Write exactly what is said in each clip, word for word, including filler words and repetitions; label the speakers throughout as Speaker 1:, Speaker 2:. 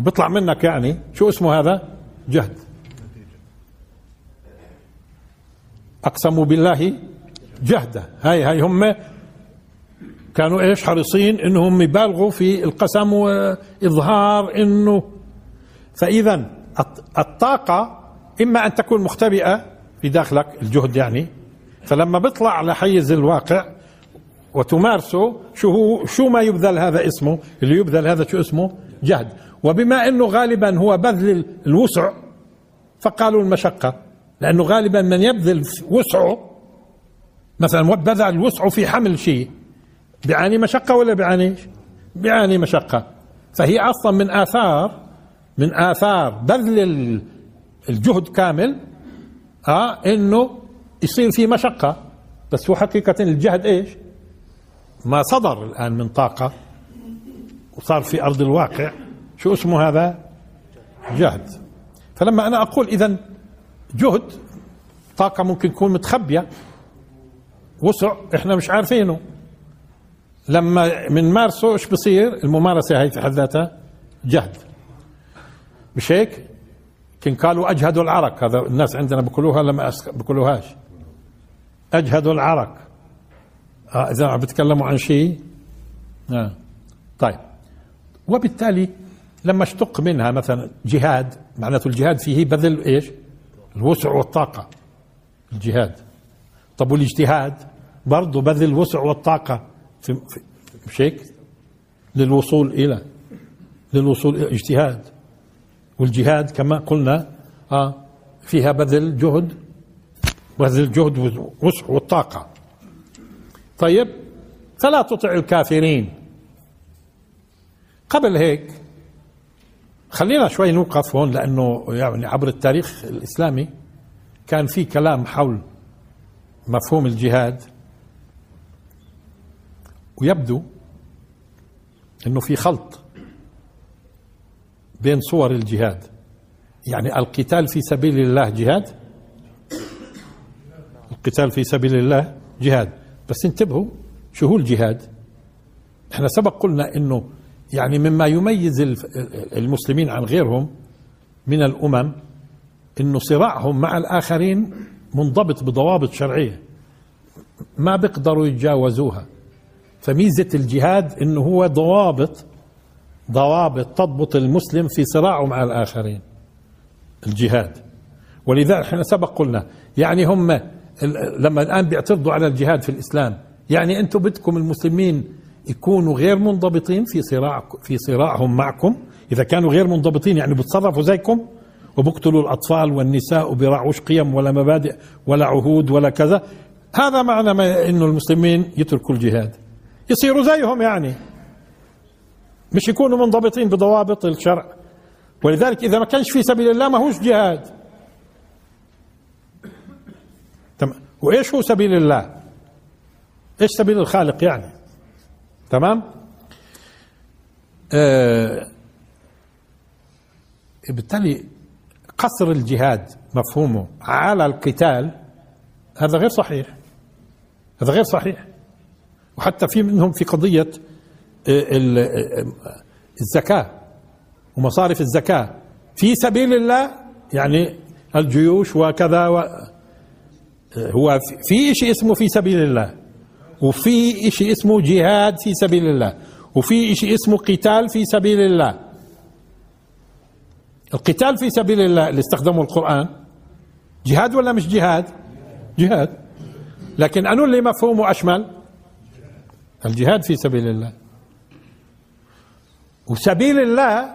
Speaker 1: بيطلع منك يعني شو اسمه هذا؟ جهد. أقسموا بالله جهده. هاي هاي هم كانوا ايش حريصين انهم يبالغوا في القسم واظهار انه. فاذا الطاقة اما ان تكون مختبئة في داخلك الجهد يعني، فلما بيطلع على حيز الواقع وتمارسه شو هو شو ما يبذل هذا اسمه، اللي يبذل هذا شو اسمه؟ جهد. وبما انه غالبا هو بذل الوسع فقالوا المشقة، لانه غالبا من يبذل وسعه مثلا بذل الوسع في حمل شيء بيعاني مشقة ولا بيعانيش؟ بيعاني مشقة. فهي اصلا من اثار من اثار بذل الجهد كامل اه انه يصير في مشقة. بس هو حقيقة الجهد ايش؟ ما صدر الان من طاقة وصار في ارض الواقع شو اسمه هذا؟ جهد. فلما انا اقول اذا جهد طاقة ممكن تكون متخبية، وسع احنا مش عارفينه، لما من مارسه ايش بصير؟ الممارسة هي في حد ذاتها جهد. مش هيك؟ كان قالوا اجهدوا العرق، هذا الناس عندنا بيقولوها لما بيقولوهاش اجهدوا العرق. اه اذا عم بتكلموا عن شيء آه. طيب، وبالتالي لما اشتق منها مثلا جهاد، معناته الجهاد فيه بذل ايش؟ الوسع والطاقة، الجهاد. طب والاجتهاد برضه بذل الوسع والطاقة في في مش هيك؟ للوصول إلى للوصول إلى اجتهاد. والجهاد كما قلنا آه فيها بذل جهد، بذل الجهد والوسع والطاقة. طيب، فلا تطع الكافرين. قبل هيك خلينا شوي نوقف هون، لأنه يعني عبر التاريخ الإسلامي كان في كلام حول مفهوم الجهاد، ويبدو أنه في خلط بين صور الجهاد. يعني القتال في سبيل الله جهاد، القتال في سبيل الله جهاد. بس انتبهوا شو هو الجهاد. احنا سبق قلنا أنه يعني مما يميز المسلمين عن غيرهم من الأمم إنه صراعهم مع الآخرين منضبط بضوابط شرعية ما بيقدروا يتجاوزوها. فميزة الجهاد إنه هو ضوابط ضوابط تضبط المسلم في صراعه مع الآخرين، الجهاد. ولذا احنا سبق قلنا يعني هم لما الآن بيعترضوا على الجهاد في الإسلام، يعني أنتم بدكم المسلمين يكونوا غير منضبطين في صراع في صراعهم معكم. إذا كانوا غير منضبطين يعني بتصرفوا زيكم وبقتلوا الأطفال والنساء وبيراعوش قيم ولا مبادئ ولا عهود ولا كذا، هذا معنى ما إنه المسلمين يتركوا الجهاد، يصيروا زيهم، يعني مش يكونوا منضبطين بضوابط الشرع. ولذلك إذا ما كانش في سبيل الله ما هوش جهاد. تمام. وإيش هو سبيل الله؟ إيش سبيل الخالق يعني؟ تمام. آه بالتالي قصر الجهاد مفهومه على القتال هذا غير صحيح، هذا غير صحيح. وحتى في منهم في قضية الزكاة ومصارف الزكاة في سبيل الله، يعني الجيوش وكذا و هو في شيء اسمه في سبيل الله، وفي شيء اسمه جهاد في سبيل الله، وفي شيء اسمه قتال في سبيل الله. القتال في سبيل الله اللي استخدموا القرآن جهاد ولا مش جهاد؟ جهاد. لكن أنو اللي مفهومه أشمل؟ الجهاد في سبيل الله. وسبيل الله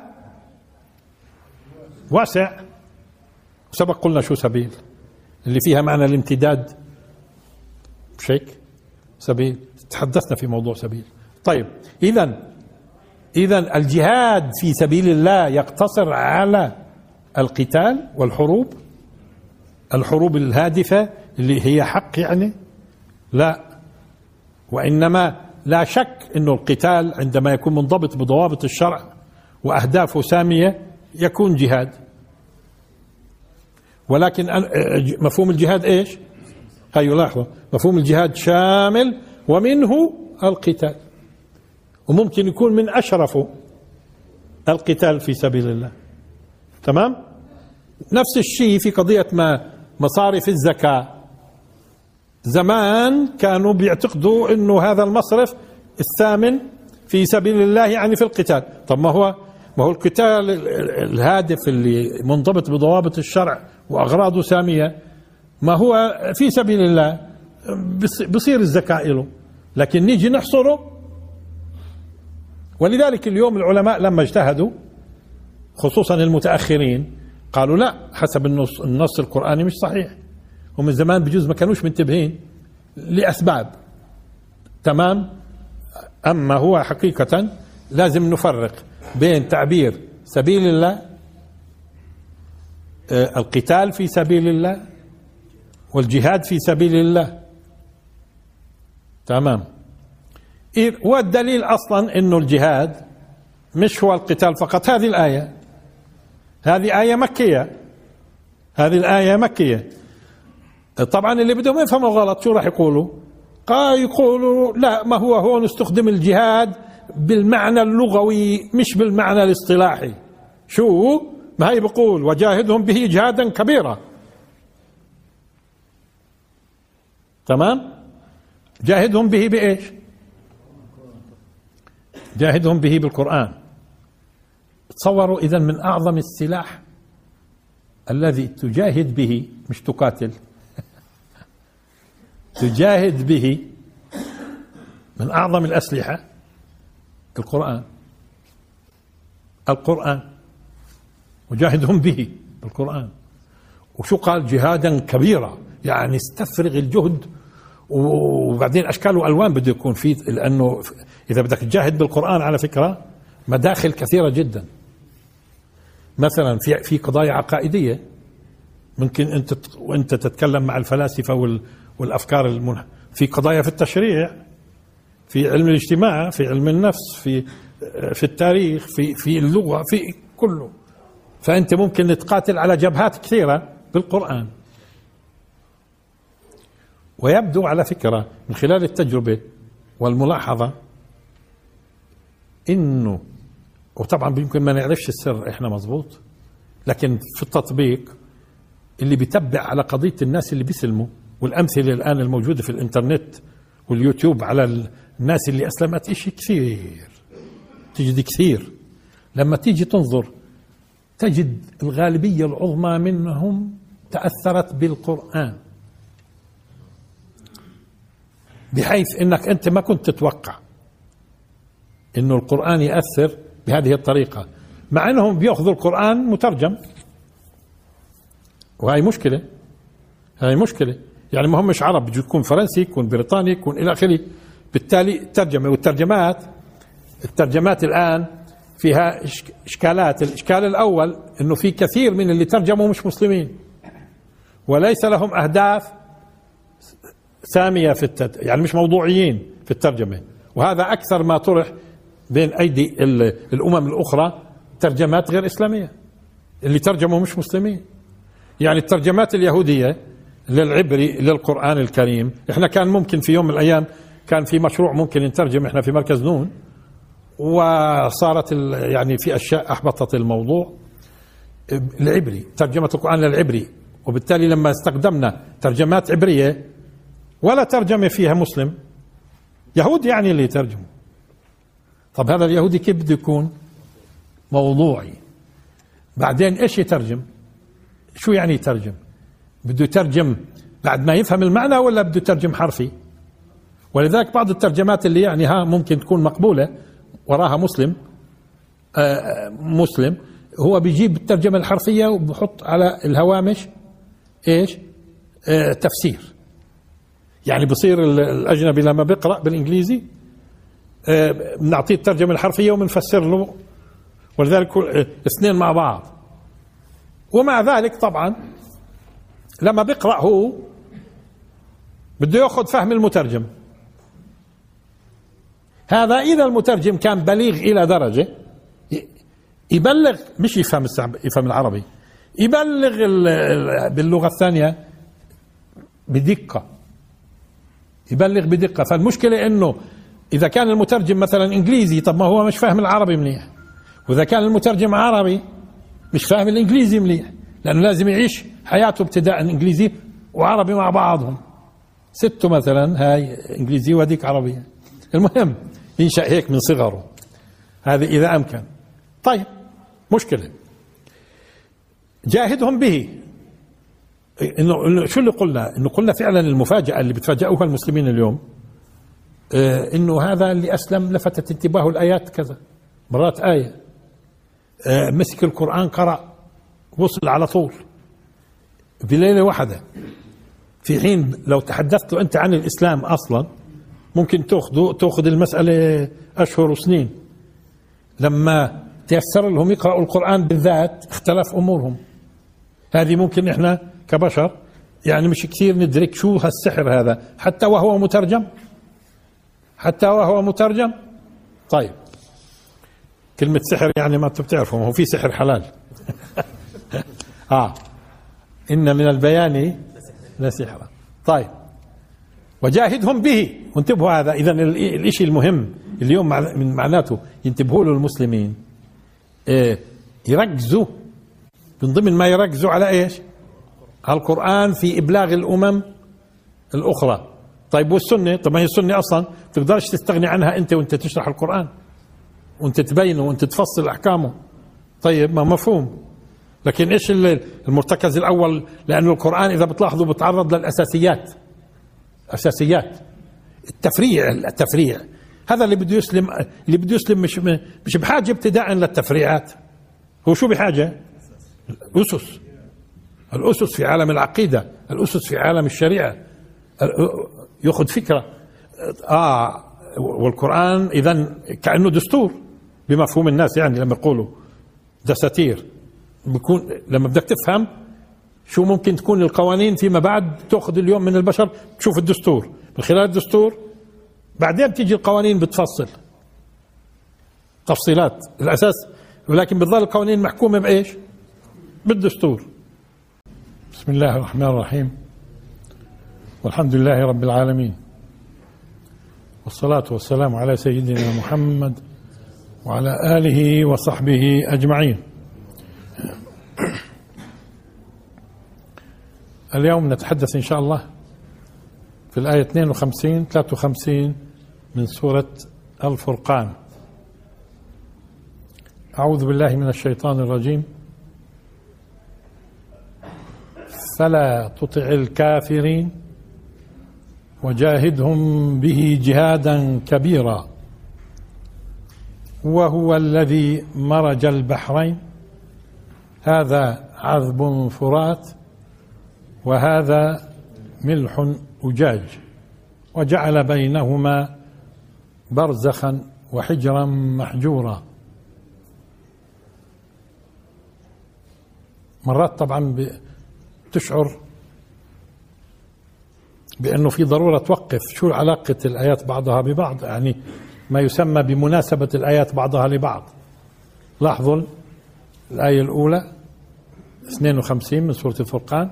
Speaker 1: واسع، سبق قلنا شو سبيل، اللي فيها معنى الامتداد، مش هيك؟ سبيل، تحدثنا في موضوع سبيل. طيب، إذن إذن الجهاد في سبيل الله يقتصر على القتال والحروب، الحروب الهادفة اللي هي حق يعني؟ لا، وإنما لا شك أنه القتال عندما يكون منضبط بضوابط الشرع وأهدافه سامية يكون جهاد. ولكن مفهوم الجهاد إيش؟ هاي لاحظوا، مفهوم الجهاد شامل ومنه القتال، وممكن يكون من أشرفه القتال في سبيل الله. تمام. نفس الشيء في قضية ما مصارف الزكاة. زمان كانوا بيعتقدوا انه هذا المصرف الثامن في سبيل الله يعني في القتال. طب ما هو ما هو القتال الهادف اللي منضبط بضوابط الشرع واغراضه سامية، ما هو في سبيل الله بصير الزكاة له، لكن نيجي نحصره. ولذلك اليوم العلماء لما اجتهدوا خصوصا المتأخرين قالوا لا، حسب النص, النص القرآني مش صحيح. ومن زمان بجوز ما كانوش منتبهين لأسباب. تمام. أما هو حقيقة لازم نفرق بين تعبير سبيل الله، آه القتال في سبيل الله، والجهاد في سبيل الله. تمام. والدليل أصلا أنه الجهاد مش هو القتال فقط. هذه الآية هذه آية مكية هذه الآية مكية. طبعا اللي بدهم يفهموا غلط شو راح يقولوا؟ قال يقولوا لا، ما هو هون استخدم الجهاد بالمعنى اللغوي مش بالمعنى الاصطلاحي. شو ما هي بقول وجاهدهم به جهادا كبيرا. تمام. جاهدهم به بإيش؟ جاهدهم به بالقرآن. تصوروا إذا من أعظم السلاح الذي تجاهد به، مش تقاتل تجاهد به، من أعظم الأسلحة القرآن. القرآن وجاهدهم به بالقرآن. وشو قال؟ جهادا كبيرا، يعني استفرغ الجهد. وبعدين أشكال وألوان بده يكون فيه، لأنه إذا بدك تجاهد بالقرآن على فكرة مداخل كثيرة جدا. مثلا في في قضايا عقائدية ممكن أنت وأنت تتكلم مع الفلاسفة والأفكار المنح. في قضايا في التشريع، في علم الاجتماع، في علم النفس، في في التاريخ، في في اللغة، في كله. فأنت ممكن تقاتل على جبهات كثيرة بالقرآن. ويبدو على فكرة من خلال التجربة والملاحظة إنه، وطبعا يمكن ما نعرفش السر إحنا مزبوط، لكن في التطبيق اللي بيتبع على قضية الناس اللي بيسلموا، والأمثلة الآن الموجودة في الإنترنت واليوتيوب على الناس اللي أسلمت إشي كثير، تجد كثير. لما تيجي تنظر تجد الغالبية العظمى منهم تأثرت بالقرآن، بحيث انك انت ما كنت تتوقع انه القرآن يأثر بهذه الطريقة، مع انهم بيأخذوا القرآن مترجم. وهي مشكلة، هاي مشكلة. يعني ما همش عرب، بده يكون فرنسي، يكون بريطاني، يكون الى اخره. بالتالي ترجمة، والترجمات الترجمات الآن فيها إشكالات. الإشكال الأول انه في كثير من اللي ترجموا مش مسلمين، وليس لهم أهداف سامية في التد... يعني مش موضوعيين في الترجمة. وهذا أكثر ما طرح بين أيدي الأمم الأخرى، ترجمات غير إسلامية اللي ترجموا مش مسلمين. يعني الترجمات اليهودية للعبري للقرآن الكريم، إحنا كان ممكن في يوم من الأيام كان في مشروع ممكن نترجم إحنا في مركز نون، وصارت يعني في أشياء أحبطت الموضوع. العبري، ترجمة القرآن للعبري، وبالتالي لما استخدمنا ترجمات عبرية ولا ترجمة فيها مسلم، يهود يعني اللي يترجموا. طب هذا اليهودي كيف بده يكون موضوعي؟ بعدين ايش يترجم؟ شو يعني يترجم؟ بده يترجم بعد ما يفهم المعنى ولا بده يترجم حرفي؟ ولذلك بعض الترجمات اللي يعني ها ممكن تكون مقبولة وراها مسلم آه مسلم هو بيجيب الترجمة الحرفية وبحط على الهوامش ايش؟ آه تفسير. يعني بصير الأجنبي لما بيقرأ بالإنجليزي بنعطيه الترجمة الحرفية وبنفسر له، ولذلك اثنين مع بعض. ومع ذلك طبعا لما بيقرأ هو بده يأخذ فهم المترجم. هذا إذا المترجم كان بليغ إلى درجة يبلغ، مش يفهم يفهم العربي، يبلغ باللغة الثانية بدقة، يبلغ بدقة. فالمشكلة انه اذا كان المترجم مثلا انجليزي، طب ما هو مش فاهم العربي منيح، وإذا كان المترجم عربي مش فاهم الإنجليزي مليح، لأنه لازم يعيش حياته ابتداء إنجليزي وعربي مع بعضهم. سته مثلا هاي إنجليزي وهذيك عربية، المهم ينشأ هيك من صغره، هذا إذا أمكن. طيب مشكلة. جاهدهم به، إنه شو اللي قلنا؟ إنه قلنا فعلا المفاجأة اللي بتفاجئوها المسلمين اليوم آه إنه هذا اللي أسلم لفتت انتباهه الآيات كذا مرات آية، آه مسك القرآن قرأ وصل على طول بليلة واحدة، في حين لو تحدثت له أنت عن الإسلام أصلا ممكن تأخذ تأخذ المسألة أشهر وسنين. لما تيسر لهم يقرأوا القرآن بالذات اختلف أمورهم. هذه ممكن إحنا كبشر يعني مش كثير ندرك شو هالسحر هذا حتى وهو مترجم، حتى وهو مترجم. طيب كلمة سحر يعني ما انتم بتعرفوا، ما هو في سحر حلال. آه إن من البيان لسحرا. طيب وجاهدهم به، وانتبهوا هذا إذن الإشي المهم اليوم من معناته ينتبهوا له المسلمين، إيه يركزوا من ضمن ما يركزوا على إيش؟ على القرآن في إبلاغ الأمم الأخرى. طيب والسنة؟ طب ما هي السنة أصلا تقدرش تستغني عنها أنت وأنت تشرح القرآن وأنت تبينه وأنت تفصل أحكامه. طيب ما مفهوم. لكن إيش المرتكز الأول؟ لأنه القرآن إذا بتلاحظوا بتعرض للأساسيات، أساسيات التفريع. التفريع هذا اللي بده يسلم، اللي بده يسلم مش مش بحاجة ابتداء للتفريعات. هو شو بحاجة؟ الأسس، الأسس في عالم العقيدة، الأسس في عالم الشريعة، يأخذ فكرة. آه والقرآن إذن كأنه دستور بمفهوم الناس، يعني لما يقولوا دساتير بيكون لما بدك تفهم شو ممكن تكون القوانين فيما بعد، تأخذ اليوم من البشر تشوف الدستور، من خلال الدستور بعدين تيجي القوانين بتفصل تفصيلات الأساس، ولكن بتظل القوانين محكومة بإيش؟ بالدستور. بسم الله الرحمن الرحيم، والحمد لله رب العالمين، والصلاة والسلام على سيدنا محمد وعلى آله وصحبه أجمعين. اليوم نتحدث إن شاء الله في الآية اثنين وخمسين ثلاثة وخمسين من سورة الفرقان. أعوذ بالله من الشيطان الرجيم. فلا تطع الكافرين وجاهدهم به جهادا كبيرا وهو الذي مرج البحرين هذا عذب فرات وهذا ملح أجاج وجعل بينهما برزخا وحجرا محجورا. مرات طبعا تشعر بأنه في ضرورة توقف شو علاقة الآيات بعضها ببعض، يعني ما يسمى بمناسبة الآيات بعضها لبعض. لاحظوا الآية الأولى اثنين وخمسين من سورة الفرقان،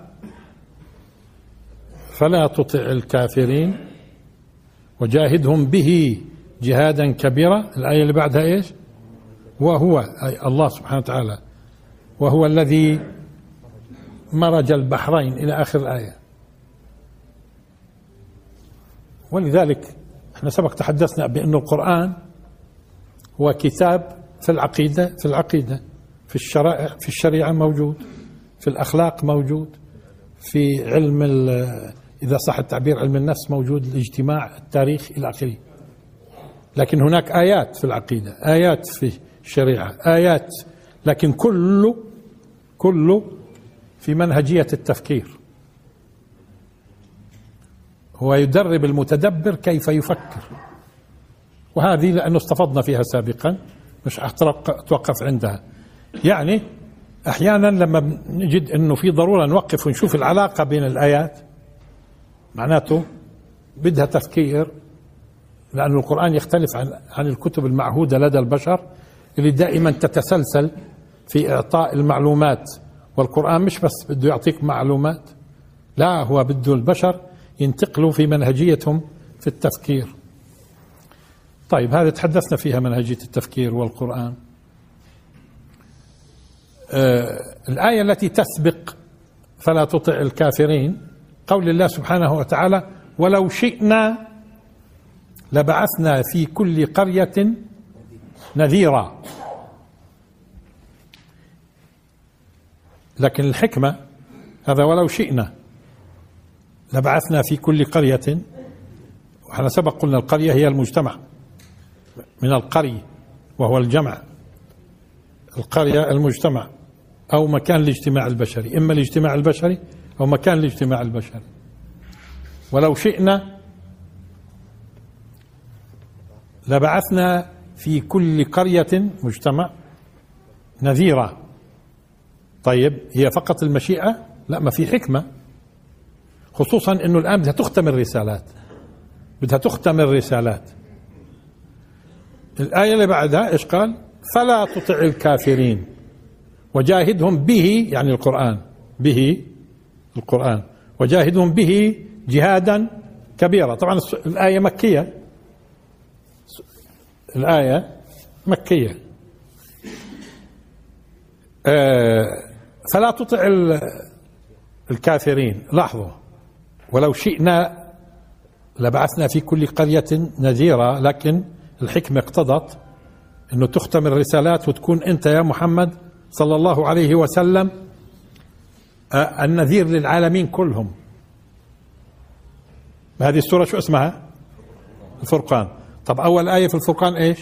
Speaker 1: فلا تطع الكافرين وجاهدهم به جهادا كبيرا. الآية اللي بعدها إيش؟ وهو أي الله سبحانه وتعالى، وهو الذي مرج البحرين إلى آخر الآية. ولذلك احنا سبق تحدثنا بأن القرآن هو كتاب في العقيدة، في العقيدة في الشرائع، في الشريعة موجود، في الأخلاق موجود، في علم إذا صح التعبير علم النفس موجود، الاجتماع، التاريخ إلى آخره. لكن هناك آيات في العقيدة، آيات في الشريعة، آيات، لكن كله كله في منهجية التفكير. هو يدرب المتدبر كيف يفكر، وهذه لأنه استفضنا فيها سابقا مش أتوقف عندها. يعني أحيانا لما نجد أنه في ضرورة نوقف ونشوف العلاقة بين الآيات، معناته بدها تفكير، لأن القرآن يختلف عن عن الكتب المعهودة لدى البشر اللي دائما تتسلسل في إعطاء المعلومات. والقرآن مش بس بده يعطيك معلومات، لا، هو بده البشر ينتقلوا في منهجيتهم في التفكير. طيب هذه تحدثنا فيها منهجية التفكير والقرآن. آه الآية التي تسبق فلا تطع الكافرين قول الله سبحانه وتعالى ولو شئنا لبعثنا في كل قرية نذيرا. لكن الحكمة هذا ولو شئنا لبعثنا في كل قرية، وحنا سبق قلنا القرية هي المجتمع من القرية وهو الجمع، القرية المجتمع أو مكان الاجتماع البشري، إما الاجتماع البشري أو مكان الاجتماع البشري. ولو شئنا لبعثنا في كل قرية مجتمع نذيرا. طيب هي فقط المشيئة؟ لا، ما في حكمة، خصوصا انه الآن بدها تختم الرسالات، بدها تختم الرسالات. الآية اللي بعدها ايش قال؟ فلا تطع الكافرين وجاهدهم به، يعني القرآن، به القرآن وجاهدهم به جهادا كبيرا. طبعا الآية مكية، الآية مكية. آه فلا تطع الكافرين. لاحظوا ولو شئنا لبعثنا في كل قرية نذيرا، لكن الحكمة اقتضت انه تختم الرسالات وتكون انت يا محمد صلى الله عليه وسلم آه النذير للعالمين كلهم. هذه السورة شو اسمها؟ الفرقان. طب أول آية في الفرقان إيش؟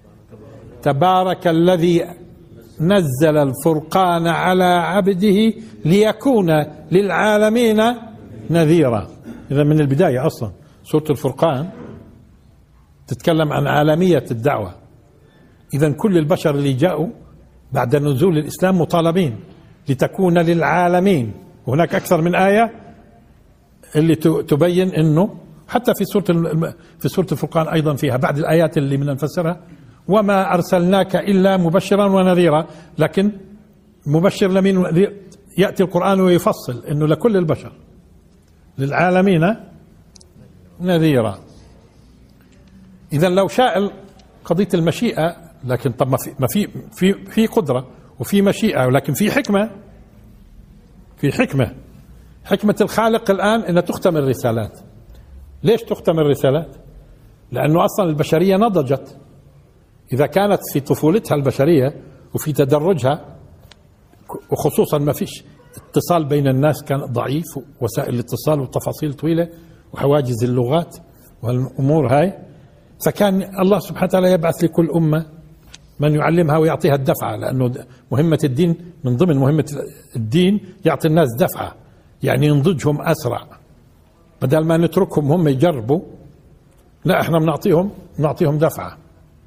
Speaker 1: تبارك الذي نزل الفرقان على عبده ليكون للعالمين نذيرا. إذا من البداية أصلا سورة الفرقان تتكلم عن عالمية الدعوة. إذا كل البشر اللي جاءوا بعد نزول الإسلام مطالبين لتكون للعالمين. وهناك أكثر من آية اللي تبين أنه حتى في سورة في سورة الفرقان أيضا فيها بعد الآيات اللي من نفسرها وما أرسلناك إلا مبشرا ونذيرا. لكن مبشر لمين؟ يأتي القرآن ويفصل أنه لكل البشر للعالمين نذيرا. إذا لو شاء قضية المشيئة، لكن طب ما في ما في في في قدرة وفي مشيئة، ولكن في حكمة، في حكمة حكمة الخالق الآن أن تختم الرسالات. ليش تختم الرسالات؟ لأنه أصلا البشرية نضجت. إذا كانت في طفولتها البشرية وفي تدرجها، وخصوصا ما فيش اتصال بين الناس، كان ضعيف، وسائل الاتصال والتفاصيل طويلة وحواجز اللغات والأمور هاي، فكان الله سبحانه وتعالى يبعث لكل أمة من يعلمها ويعطيها الدفعة، لأنه مهمة الدين من ضمن مهمة الدين يعطي الناس دفعة، يعني ينضجهم أسرع، بدل ما نتركهم هم يجربوا، لا احنا بنعطيهم بنعطيهم دفعة.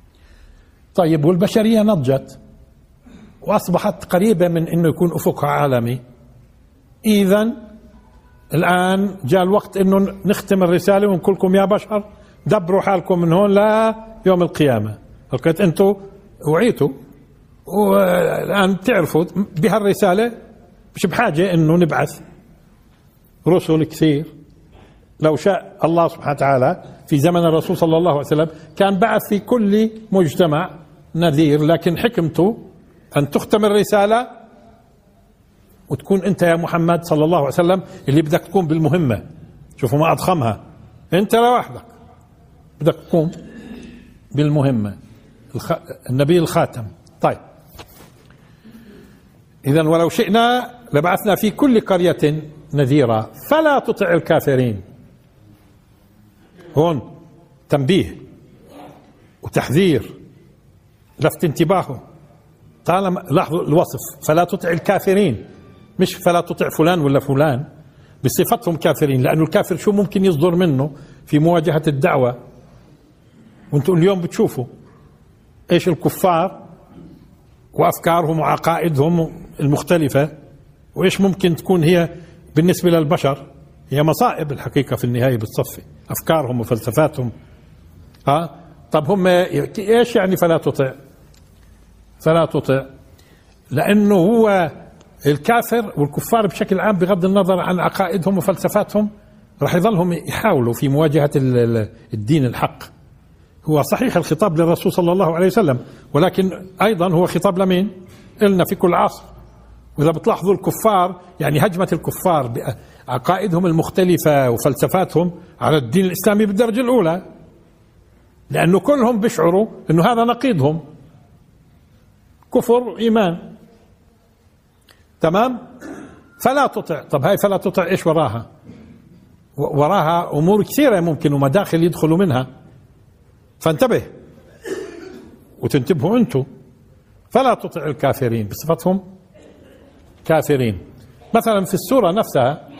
Speaker 1: طيب والبشرية نضجت وأصبحت قريبة من أنه يكون أفقها عالمي. إذن الآن جاء الوقت أنه نختم الرسالة ونقول لكم يا بشر دبروا حالكم من هون لا يوم القيامة. قلت أنتوا وعيتوا والآن تعرفوا بهالرسالة مش بحاجة أنه نبعث رسل كثير. لو شاء الله سبحانه وتعالى في زمن الرسول صلى الله عليه وسلم كان بعث في كل مجتمع نذير، لكن حكمته أن تختم الرسالة وتكون أنت يا محمد صلى الله عليه وسلم اللي بدك تقوم بالمهمة. شوفوا ما أضخمها، أنت لوحدك بدك تقوم بالمهمة، الخ... النبي الخاتم. طيب إذن ولو شئنا لبعثنا في كل قرية نذيرا فلا تطع الكافرين. هون تنبيه وتحذير، لفت انتباهه. طالما لاحظوا الوصف فلا تطع الكافرين، مش فلا تطع فلان ولا فلان بصفتهم كافرين، لأنه الكافر شو ممكن يصدر منه في مواجهة الدعوة؟ وانتم اليوم بتشوفوا ايش الكفار وأفكارهم وعقائدهم المختلفة، وإيش ممكن تكون هي بالنسبة للبشر. هي مصائب الحقيقة في النهاية بتصفي أفكارهم وفلسفاتهم. ها طب هم إيش يعني فلا تطع؟ فلا تطع لأنه هو الكافر والكفار بشكل عام بغض النظر عن عقائدهم وفلسفاتهم راح يظلهم يحاولوا في مواجهة الدين الحق. هو صحيح الخطاب للرسول صلى الله عليه وسلم، ولكن أيضا هو خطاب لمين؟ إلنا في كل عصر. وإذا بتلاحظوا الكفار يعني هجمة الكفار بعقائدهم المختلفة وفلسفاتهم على الدين الإسلامي بالدرجة الأولى، لأنه كلهم بيشعروا أنه هذا نقيضهم، كفر إيمان. تمام. فلا تطع. طب هاي فلا تطع إيش وراها؟ وراها أمور كثيرة ممكن ومداخل يدخلوا منها، فانتبه وتنتبهوا أنتم. فلا تطع الكافرين بصفتهم كافرين. مثلا في السورة نفسها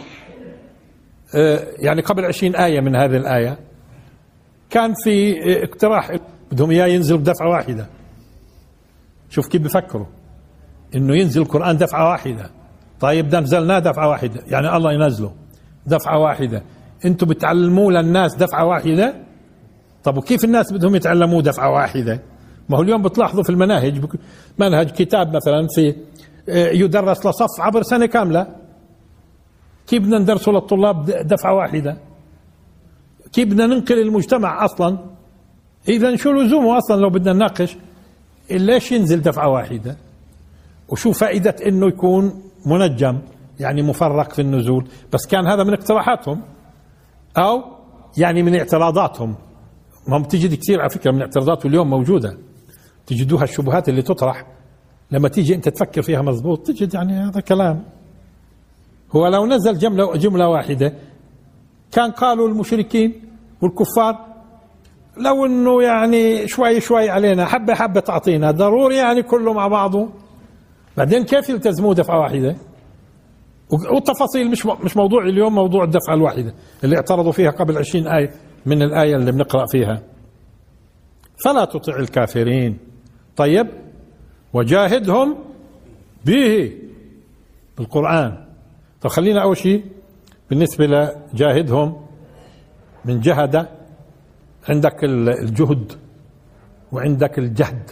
Speaker 1: يعني قبل عشرين آية من هذه الآية كان في اقتراح بدهم إياه ينزل بدفعة واحدة. شوف كيف بفكروا إنه ينزل القرآن دفعة واحدة. طيب ده نزلناه دفعة واحدة، يعني الله ينزله دفعة واحدة، انتم بتعلموه للناس دفعة واحدة. طب وكيف الناس بدهم يتعلموه دفعة واحدة؟ ما هو اليوم بتلاحظوا في المناهج، منهج كتاب مثلا في يدرس لصف عبر سنة كاملة، كيف بدنا ندرسه للطلاب دفعة واحدة؟ كيف بدنا ننقل المجتمع أصلا؟ إذا شو لزومه أصلا لو بدنا نناقش ليش ينزل دفعة واحدة؟ وشو فائدة إنه يكون منجم يعني مفرق في النزول؟ بس كان هذا من اقتراحاتهم أو يعني من اعتراضاتهم. ما هم تجد كثير على فكرة من اعتراضات واليوم موجودة، تجدوها الشبهات اللي تطرح لما تيجي أنت تفكر فيها مضبوط تجد يعني هذا كلام. هو لو نزل جملة جملة واحدة كان قالوا المشركين والكفار لو انه يعني شوي شوي علينا، حبة حبة تعطينا، ضروري يعني كله مع بعضه. بعدين كيف يلتزموا دفعة واحدة؟ والتفاصيل مش مش موضوع اليوم، موضوع الدفعة الواحدة اللي اعترضوا فيها قبل عشرين آية من الآية اللي بنقرأ فيها. فلا تطع الكافرين. طيب وجاهدهم به بالقرآن. طب خلينا أول شيء بالنسبة لجاهدهم من جهد، عندك الجهد وعندك الجهد،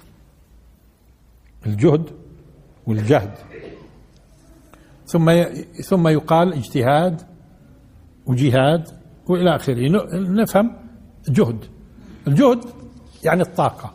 Speaker 1: الجهد والجهد، ثم ثم يقال اجتهاد وجهاد والى اخره. نفهم جهد. الجهد يعني الطاقة،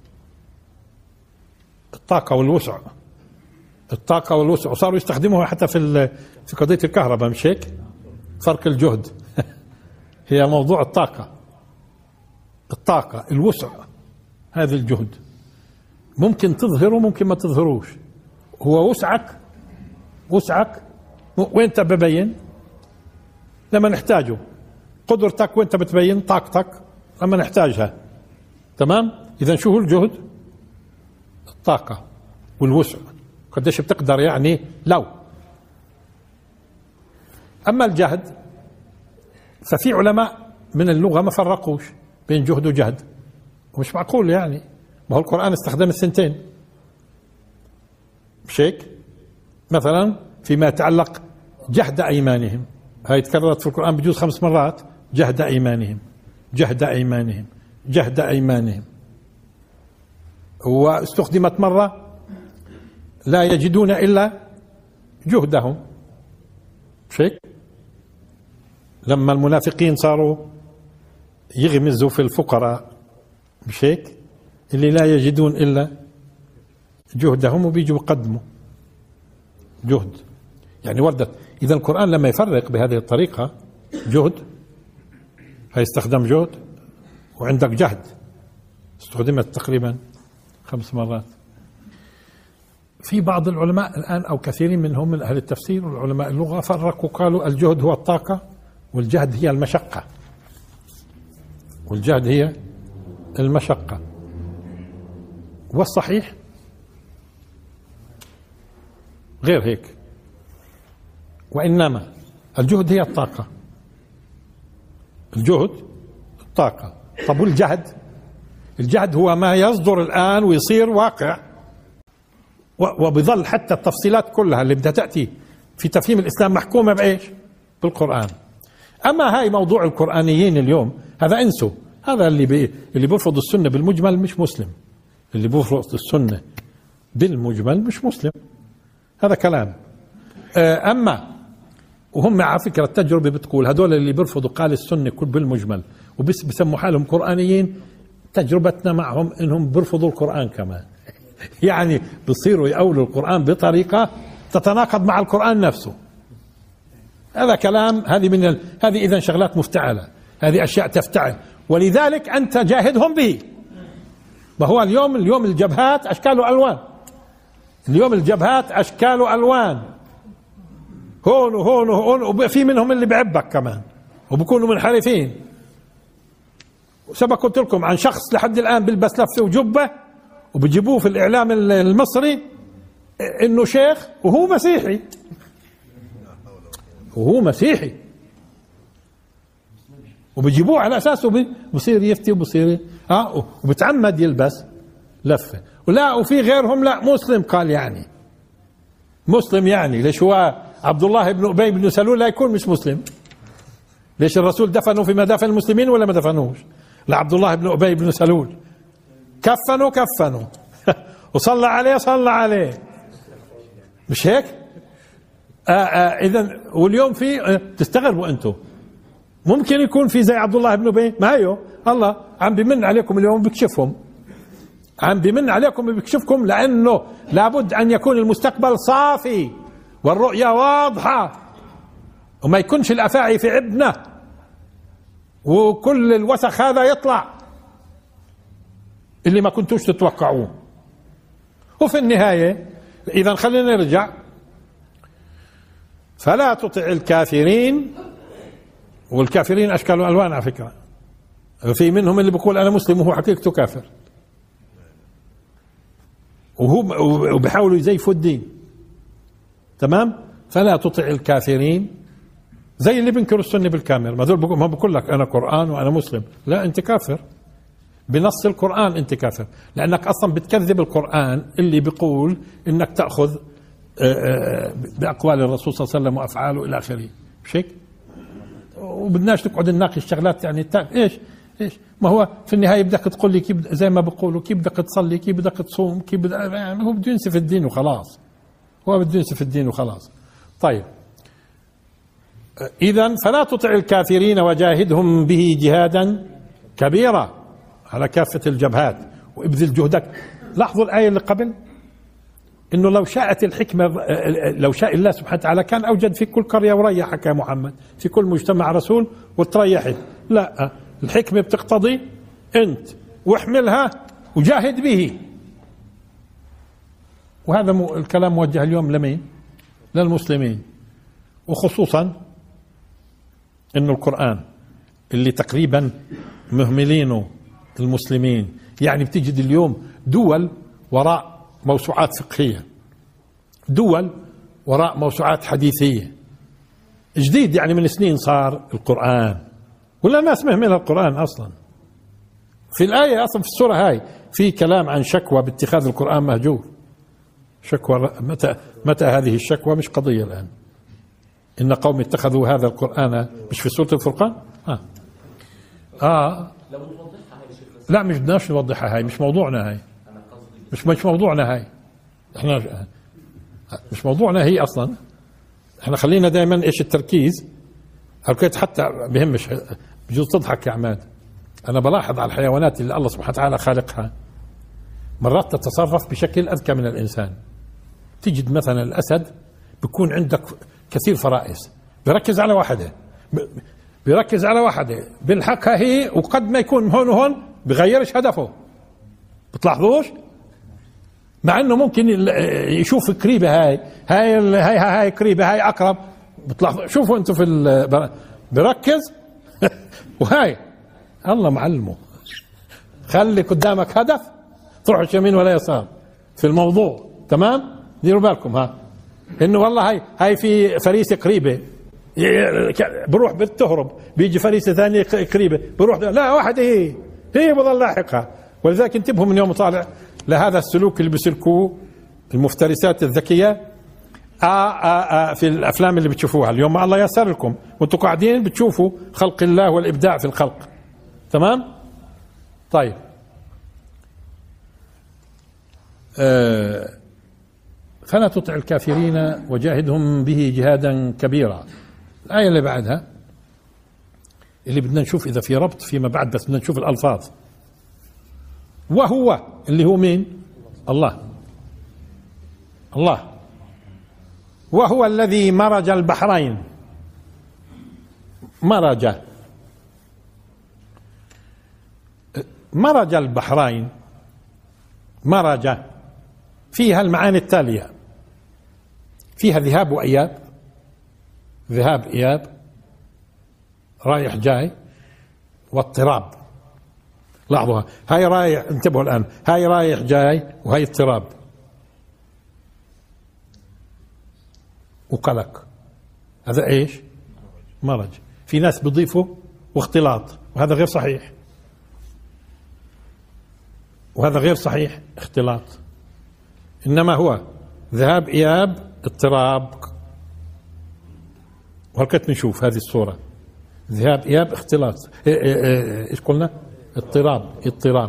Speaker 1: الطاقة والوسع، الطاقة والوسع، وصاروا يستخدموها حتى في في قضية الكهرباء، مش هيك؟ فرق الجهد هي موضوع الطاقة، الطاقة الوسع، هذا الجهد ممكن تظهره ممكن ما تظهروش. هو وسعك، وسعك وانت ببين لما نحتاجه، قدرتك وانت بتبين طاقتك لما نحتاجها. تمام. اذا شو هو الجهد؟ الطاقة والوسع، قديش بتقدر يعني لو. اما الجهد ففي علماء من اللغة ما فرقوش بين جهد وجهد، ومش معقول يعني، ما هو القرآن استخدم الثنتين، مش هيك؟ مثلا فيما يتعلق جهد أيمانهم، هاي تكررت في القرآن بجوز خمس مرات، جهد أيمانهم، جهد أيمانهم، جهد أيمانهم. واستخدمت مرة لا يجدون إلا جهدهم، مش هيك؟ لما المنافقين صاروا يغمزوا في الفقراء، مش هيك؟ اللي لا يجدون إلا جهدهم وبيجوا يقدموا جهد، يعني وردت. إذا القرآن لما يفرق بهذه الطريقة جهد فيستخدم جهد، وعندك جهد استخدمت تقريبا خمس مرات. في بعض العلماء الآن أو كثيرين منهم من أهل التفسير والعلماء اللغة فرقوا، قالوا الجهد هو الطاقة والجهد هي المشقة، والجهد هي المشقة. والصحيح غير هيك، وإنما الجهد هي الطاقة، الجهد الطاقة. طب والجهد؟ الجهد هو ما يصدر الآن ويصير واقع، وبظل حتى التفصيلات كلها اللي بدها تأتي في تفهيم الإسلام محكومة بإيش؟ بالقرآن. أما هاي موضوع القرآنيين اليوم هذا انسوا، هذا اللي بي اللي بيرفض السنة بالمجمل مش مسلم، اللي بيرفض السنة بالمجمل مش مسلم، هذا كلام. أما وهم على فكرة التجربة بتقول هذول اللي بيرفضوا قال السنة كل بالمجمل وبس بسموا حالهم قرآنيين، تجربتنا معهم انهم بيرفضوا القرآن كمان يعني بصيروا يقولوا القرآن بطريقة تتناقض مع القرآن نفسه. هذا كلام، هذه من ال... هذه إذن شغلات مفتعلة، هذه أشياء تفتعل، ولذلك أنت جاهدهم به. ما هو اليوم اليوم الجبهات أشكال وألوان، اليوم الجبهات أشكال وألوان، هون وهون وهون، وفي منهم اللي بيعبك كمان وبكونوا منحرفين. سبق قلت لكم عن شخص لحد الآن بيلبس لفة وجبة وبيجيبوه في الإعلام المصري إنه شيخ وهو مسيحي، وهو مسيحي، وبيجيبوه على أساسه بصير يفتي وبصير اه وبتعمد يلبس لفة. ولا وفي غيرهم لا مسلم، قال يعني مسلم، يعني ليش هو عبد الله بن أبي بن سلول لا يكون مش مسلم؟ ليش الرسول دفنوا في مدافن المسلمين ولا ما دفنوش؟ لعبد الله بن أبي بن سلول كفنوا كفنوا وصلى عليه صلى عليه، مش هيك؟ آه آه إذن واليوم في آه تستغربوا أنتم، ممكن يكون في زي عبد الله بن أبي، ما هيو الله عم بمن عليكم اليوم بكشفهم، عم بمن عليكم بكشفكم، لأنه لابد أن يكون المستقبل صافي والرؤية واضحة وما يكونش الأفاعي في عبنا وكل الوسخ هذا يطلع اللي ما كنتوش تتوقعوه. وفي النهاية إذا خلينا نرجع، فلا تطع الكافرين، والكافرين أشكال وألوان على فكرة، في منهم اللي بيقول أنا مسلم وهو حقيقته كافر، وهو وبيحاولوا يزيفوا الدين. تمام؟ فلا تطع الكافرين، زي اللي بينكروا السنة بالكامل، ما دول ما بقول لك أنا قرآن وأنا مسلم، لا أنت كافر بنص القرآن، أنت كافر لأنك أصلا بتكذب القرآن اللي بيقول إنك تأخذ بأقوال الرسول صلى الله عليه وسلم وأفعاله إلى آخره، مش هيك؟ وبدناش تقعد نناقش شغلات يعني ايش ايش ما هو في النهايه بدك تقول لي كيف زي ما بقولوا كيف بدك تصلي، كيف بدك تصوم، كيف بدك، يعني هو بده ينسف الدين وخلاص، هو بده ينسف الدين وخلاص. طيب اذا فلا تطع الكافرين وجاهدهم به جهادا كبيرا على كافه الجبهات وابذل جهدك. لاحظوا الايه اللي قبل انه لو شاءت الحكمه، لو شاء الله سبحانه وتعالى كان اوجد في كل قريه وريحك يا محمد، في كل مجتمع رسول وتريحت. لا، الحكمه بتقتضي انت واحملها وجاهد به. وهذا الكلام موجه اليوم لمين؟ للمسلمين، وخصوصا انه القرآن اللي تقريبا مهملينه المسلمين. يعني بتجد اليوم دول وراء موسوعات فقهية، دول وراء موسوعات حديثية، جديد يعني من سنين صار القرآن، ولا الناس مهملة القرآن أصلا. في الآية أصلا في السورة هاي في كلام عن شكوى باتخاذ القرآن مهجور. شكوى متى متى هذه الشكوى؟ مش قضية الآن. إن قوم اتخذوا هذا القرآن، مش في سورة الفرقان؟ آه. آه. لا مش بدناش نوضحها، هاي مش موضوعنا، هاي مش مش موضوعنا، هاي احنا مش موضوعنا هي اصلا. احنا خلينا دائما ايش التركيز. حتى بهمش، بجوز تضحك يا عماد، انا بلاحظ على الحيوانات اللي الله سبحانه وتعالى خالقها مرات تتصرف بشكل اذكى من الانسان. تجد مثلا الاسد بيكون عندك كثير فرائس، بيركز على واحده، بيركز على واحده بيلحقها هي، وقد ما يكون هون وهون بغيرش هدفه. بتلاحظوش؟ مع انه ممكن يشوف قريبه، هاي هاي هاي هاي قريبه، هاي اقرب. بتلاحظوا؟ شوفوا انتم في بركز وهاي الله معلمه، خلي قدامك هدف، تروح يمين ولا يسار في الموضوع. تمام؟ ديروا بالكم ها، انه والله هاي هاي في فريسه قريبه، بروح بتهرب، بيجي فريسه ثانيه قريبه، بروح لا واحده هي هي بضل لاحقها. ولذلك انتبهوا من يوم طالع لهذا السلوك اللي بيسلكوه المفترسات الذكية آآ آآ في الأفلام اللي بتشوفوها اليوم. الله يسر لكم وانتم قاعدين بتشوفوا خلق الله والإبداع في الخلق. تمام؟ طيب آه فلا تطع الكافرين وجاهدهم به جهادا كبيرا. الآية اللي بعدها اللي بدنا نشوف إذا في ربط فيما بعد، بس بدنا نشوف الألفاظ. وهو اللي هو مين؟ الله. الله وهو الذي مرج البحرين. مرج مرج البحرين مرج فيها المعاني التالية: فيها ذهاب وإياب، ذهاب إياب رايح جاي، واضطراب. لاحظوها، هاي رايح، انتبهوا الآن، هاي رايح جاي وهاي اضطراب وقلق. هذا ايش؟ مرج. في ناس بيضيفوا واختلاط، وهذا غير صحيح، وهذا غير صحيح اختلاط، إنما هو ذهاب إياب اضطراب. وهكذا نشوف هذه الصورة، ذهاب إياب اختلاط، ايش قلنا؟ اضطراب اضطراب.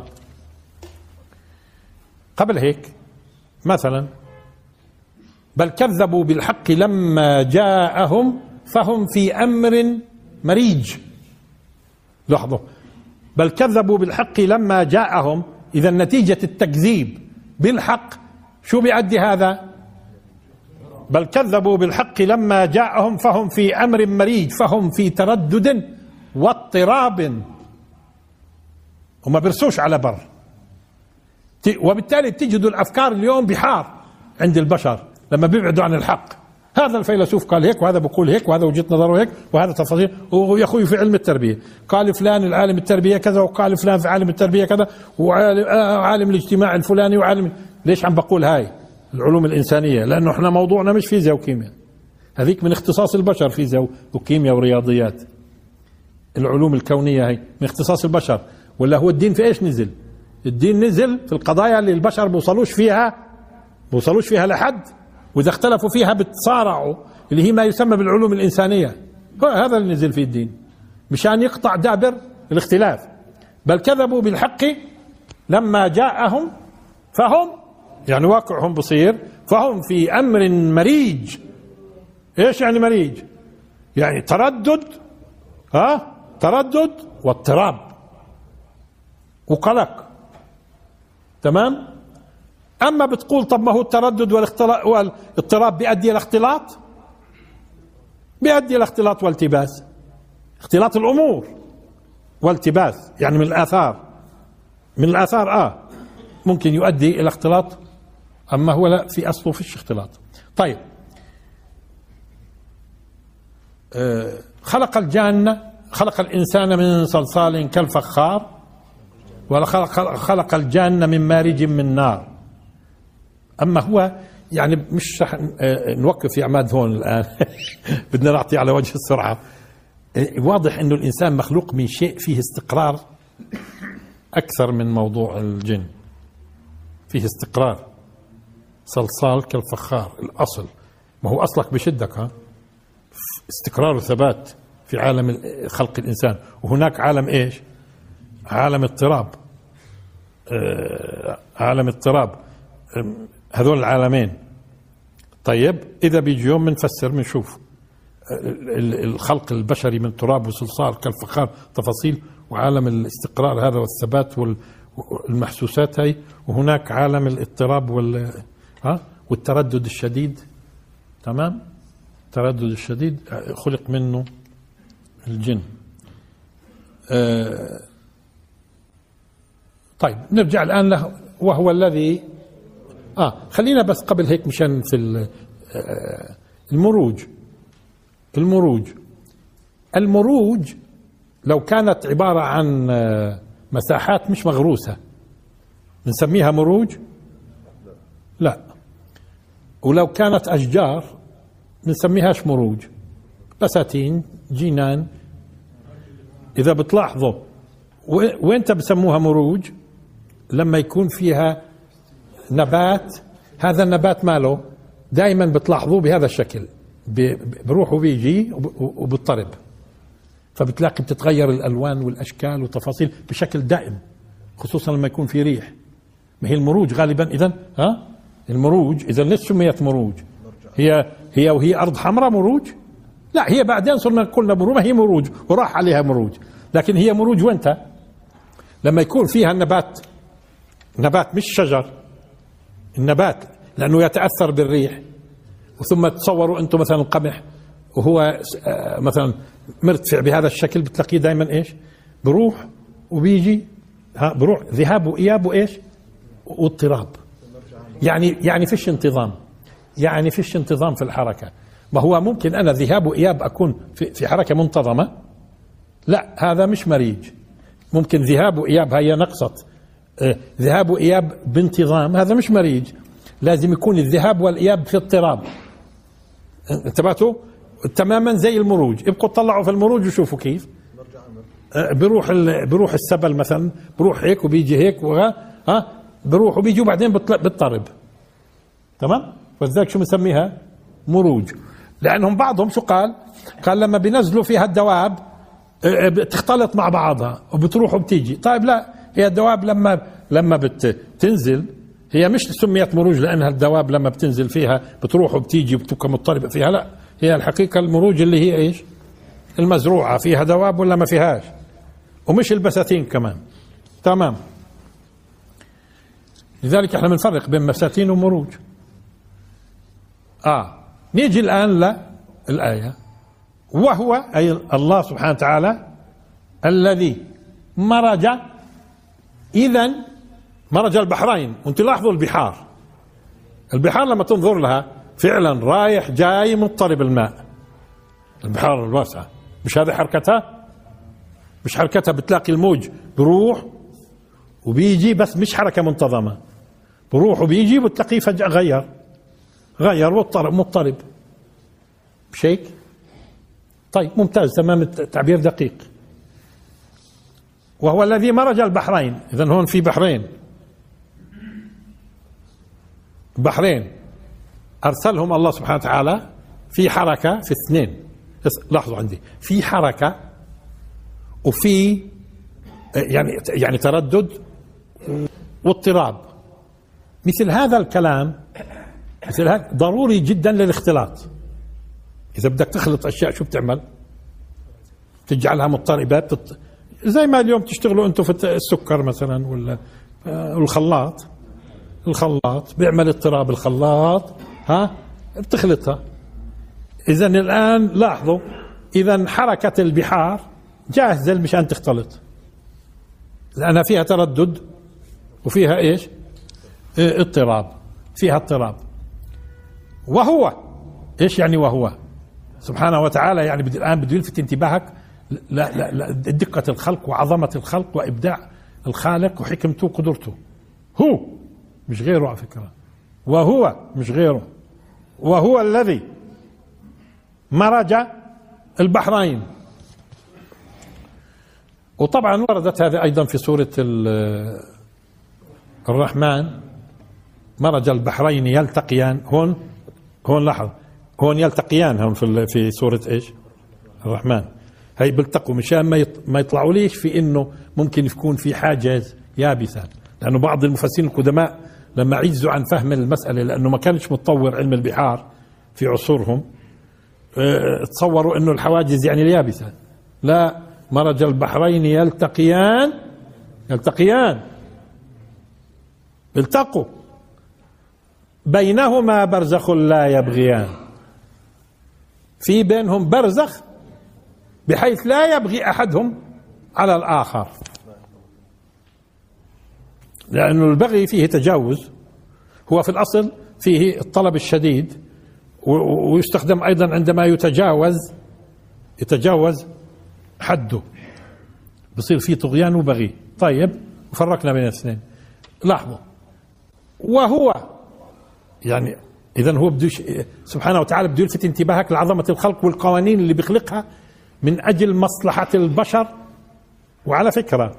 Speaker 1: قبل هيك مثلا: بل كذبوا بالحق لما جاءهم فهم في أمر مريج. لاحظوا، بل كذبوا بالحق لما جاءهم، إذا نتيجة التكذيب بالحق شو بيؤدي هذا؟ بل كذبوا بالحق لما جاءهم فهم في أمر مريج، فهم في تردد واضطراب، وما بيرسوش على بر. وبالتالي بتجدوا الأفكار اليوم بحار عند البشر لما بيبعدوا عن الحق. هذا الفيلسوف قال هيك، وهذا بقول هيك، وهذا وجهة نظره هيك، وهذا تفاصيل. ويا اخوي في علم التربية قال فلان العالم التربية كذا، وقال فلان في عالم التربية كذا، وعالم الاجتماع الفلاني، وعالم. ليش عم بقول هاي العلوم الإنسانية؟ لأنه احنا موضوعنا مش فيزياء وكيمياء، هذيك من اختصاص البشر، فيزياء وكيمياء ورياضيات. العلوم الكونية هي من اختصاص البشر. ولا هو الدين في ايش نزل؟ الدين نزل في القضايا اللي البشر بوصلوش فيها بوصلوش فيها لحد، وإذا اختلفوا فيها بتصارعوا، اللي هي ما يسمى بالعلوم الإنسانية. هذا اللي نزل فيه الدين، مشان يقطع دابر الاختلاف. بل كذبوا بالحق لما جاءهم فهم، يعني واقعهم بصير، فهم في أمر مريج. ايش يعني مريج؟ يعني تردد، ها تردد واضطراب وقلق. تمام. أما بتقول طب ما هو التردد والاضطراب بيؤدي إلى اختلاط، بيؤدي إلى اختلاط والتباس، اختلاط الأمور والتباس، يعني من الآثار، من الآثار آه ممكن يؤدي إلى اختلاط، أما هو لا، في أصله فيش اختلاط. طيب، آه خلق الجنة، خلق الإنسان من صلصال كالفخار، وخلق خلق الجنة من مارج من نار. أما هو يعني مش رح نوقف يا عماد هون الآن بدنا نعطي على وجه السرعة. واضح إنه الإنسان مخلوق من شيء فيه استقرار أكثر من موضوع الجن، فيه استقرار. صلصال كالفخار، الأصل، ما هو أصلك بشدك، ها استقرار وثبات في عالم خلق الإنسان. وهناك عالم إيش؟ عالم اضطراب، آه عالم اضطراب، هذول العالمين. طيب، إذا بيجي يوم بنفسر بنشوف الخلق البشري من تراب وصلصال كالفخار، تفاصيل، وعالم الاستقرار هذا والثبات والمحسوسات هاي، وهناك عالم الاضطراب وال ها والتردد الشديد. تمام. التردد الشديد خلق منه الجن. آه طيب، نرجع الآن له. وهو الذي آه خلينا بس قبل هيك مشان في المروج. المروج المروج لو كانت عبارة عن مساحات مش مغروسة بنسميها مروج؟ لا. ولو كانت أشجار بنسميهاش مروج، بساتين، جنان. إذا بتلاحظوا وين بسموها مروج؟ لما يكون فيها نبات، هذا النبات ماله دائما بتلاحظوه بهذا الشكل، بروح وبيجي وبيضطرب، فبتلاقي بتتغير الألوان والأشكال والتفاصيل بشكل دائم، خصوصا لما يكون في ريح. ما هي المروج غالبا إذن ها المروج إذا ليش سميت مروج؟ هي هي وهي أرض حمراء مروج؟ لا، هي بعدين صرنا قلنا مروج، ما هي مروج وراح عليها مروج، لكن هي مروج وانت لما يكون فيها النبات، نبات مش شجر، النبات لأنه يتأثر بالريح، ثم تصوروا أنتم مثلا القمح وهو مثلا مرتفع بهذا الشكل، بتلاقيه دائما إيش بروح وبيجي، ها بروح ذهاب وإياب وإيش واضطراب. يعني يعني فيش انتظام، يعني فيش انتظام في الحركة. ما هو ممكن أنا ذهاب وإياب أكون في, في حركة منتظمة، لا هذا مش مريج. ممكن ذهاب وإياب هي نقصت، اه ذهاب وإياب بانتظام، هذا مش مريج. لازم يكون الذهاب والإياب في اضطراب. انتبهتوا؟ تماما زي المروج. ابقوا تطلعوا في المروج وشوفوا كيف اه بروح بروح السبل مثلا، بروح هيك وبيجي هيك وها ها بروح وبيجي وبعدين بيضطرب. تمام؟ فلذلك شو بنسميها؟ مروج. لأنهم بعضهم شو قال؟ قال لما بينزلوا فيها الدواب بتختلط مع بعضها وبتروح وبتيجي. طيب لا، هي الدواب لما لما بتنزل هي مش سميت مروج لأنها الدواب لما بتنزل فيها بتروح وبتيجي وبتبقى مضطربة فيها، لا هي الحقيقة المروج اللي هي ايش؟ المزروعة فيها دواب ولا ما فيهاش، ومش البساتين كمان. تمام. لذلك احنا بنفرق بين بساتين ومروج. اه نيجي الآن للآية. وهو أي الله سبحانه وتعالى الذي مرج، إذن مرج البحرين. وانت لاحظوا البحار، البحار لما تنظر لها فعلا رايح جاي مضطرب الماء. البحار الواسعة مش هذه حركتها؟ مش حركتها بتلاقي الموج بروح وبيجي، بس مش حركة منتظمة، بروح وبيجي وتلاقيه فجأة غير غير واضطرب مضطرب. مش هيك؟ طيب ممتاز، تمام، التعبير دقيق. وهو الذي مرج البحرين. إذن هون في بحرين، بحرين أرسلهم الله سبحانه وتعالى في حركة، في اثنين. لاحظوا عندي في حركة وفي يعني يعني تردد واضطراب. مثل هذا الكلام، مثل هذا ضروري جدا للاختلاط. إذا بدك تخلط أشياء شو بتعمل؟ تجعلها مضطربات، بت... زي ما اليوم تشتغلوا أنتم في السكر مثلا ولا الخلاط. الخلاط بيعمل اضطراب، الخلاط ها بتخلطها. إذا الآن لاحظوا، إذا حركة البحار جاهزة مشان تختلط، لأنها فيها تردد وفيها إيش؟ اضطراب، فيها اضطراب. وهو إيش يعني وهو سبحانه وتعالى؟ يعني بدي الآن بده يلفت انتباهك لا لا لا دقة الخلق وعظمة الخلق وإبداع الخالق وحكمته وقدرته. هو مش غيره على فكرة، وهو مش غيره. وهو الذي مرج البحرين. وطبعا وردت هذه أيضا في سورة الرحمن، مرج البحرين يلتقيان. هون هون لاحظ، هون يلتقيان، هون في في سورة ايش؟ الرحمن. هي بيلتقوا مشان ما ما يطلعوا ليش في انه ممكن يكون في حاجز يابسا، لانه بعض المفسرين القدماء لما عجزوا عن فهم المسألة لانه ما كانش متطور علم البحار في عصورهم، اه تصوروا انه الحواجز يعني اليابسة. لا، مرج البحرين يلتقيان، يلتقيان التقوا بينهما برزخ لا يبغيان. في بينهم برزخ بحيث لا يبغي أحدهم على الآخر، لأن البغي فيه تجاوز، هو في الأصل فيه الطلب الشديد، ويستخدم أيضا عندما يتجاوز يتجاوز حده، بصير فيه طغيان وبغي. طيب وفرقنا بين الاثنين. لاحظوا، وهو يعني إذن هو بده سبحانه وتعالى بده يلفت انتباهك لعظمة الخلق والقوانين اللي بيخلقها من أجل مصلحة البشر. وعلى فكرة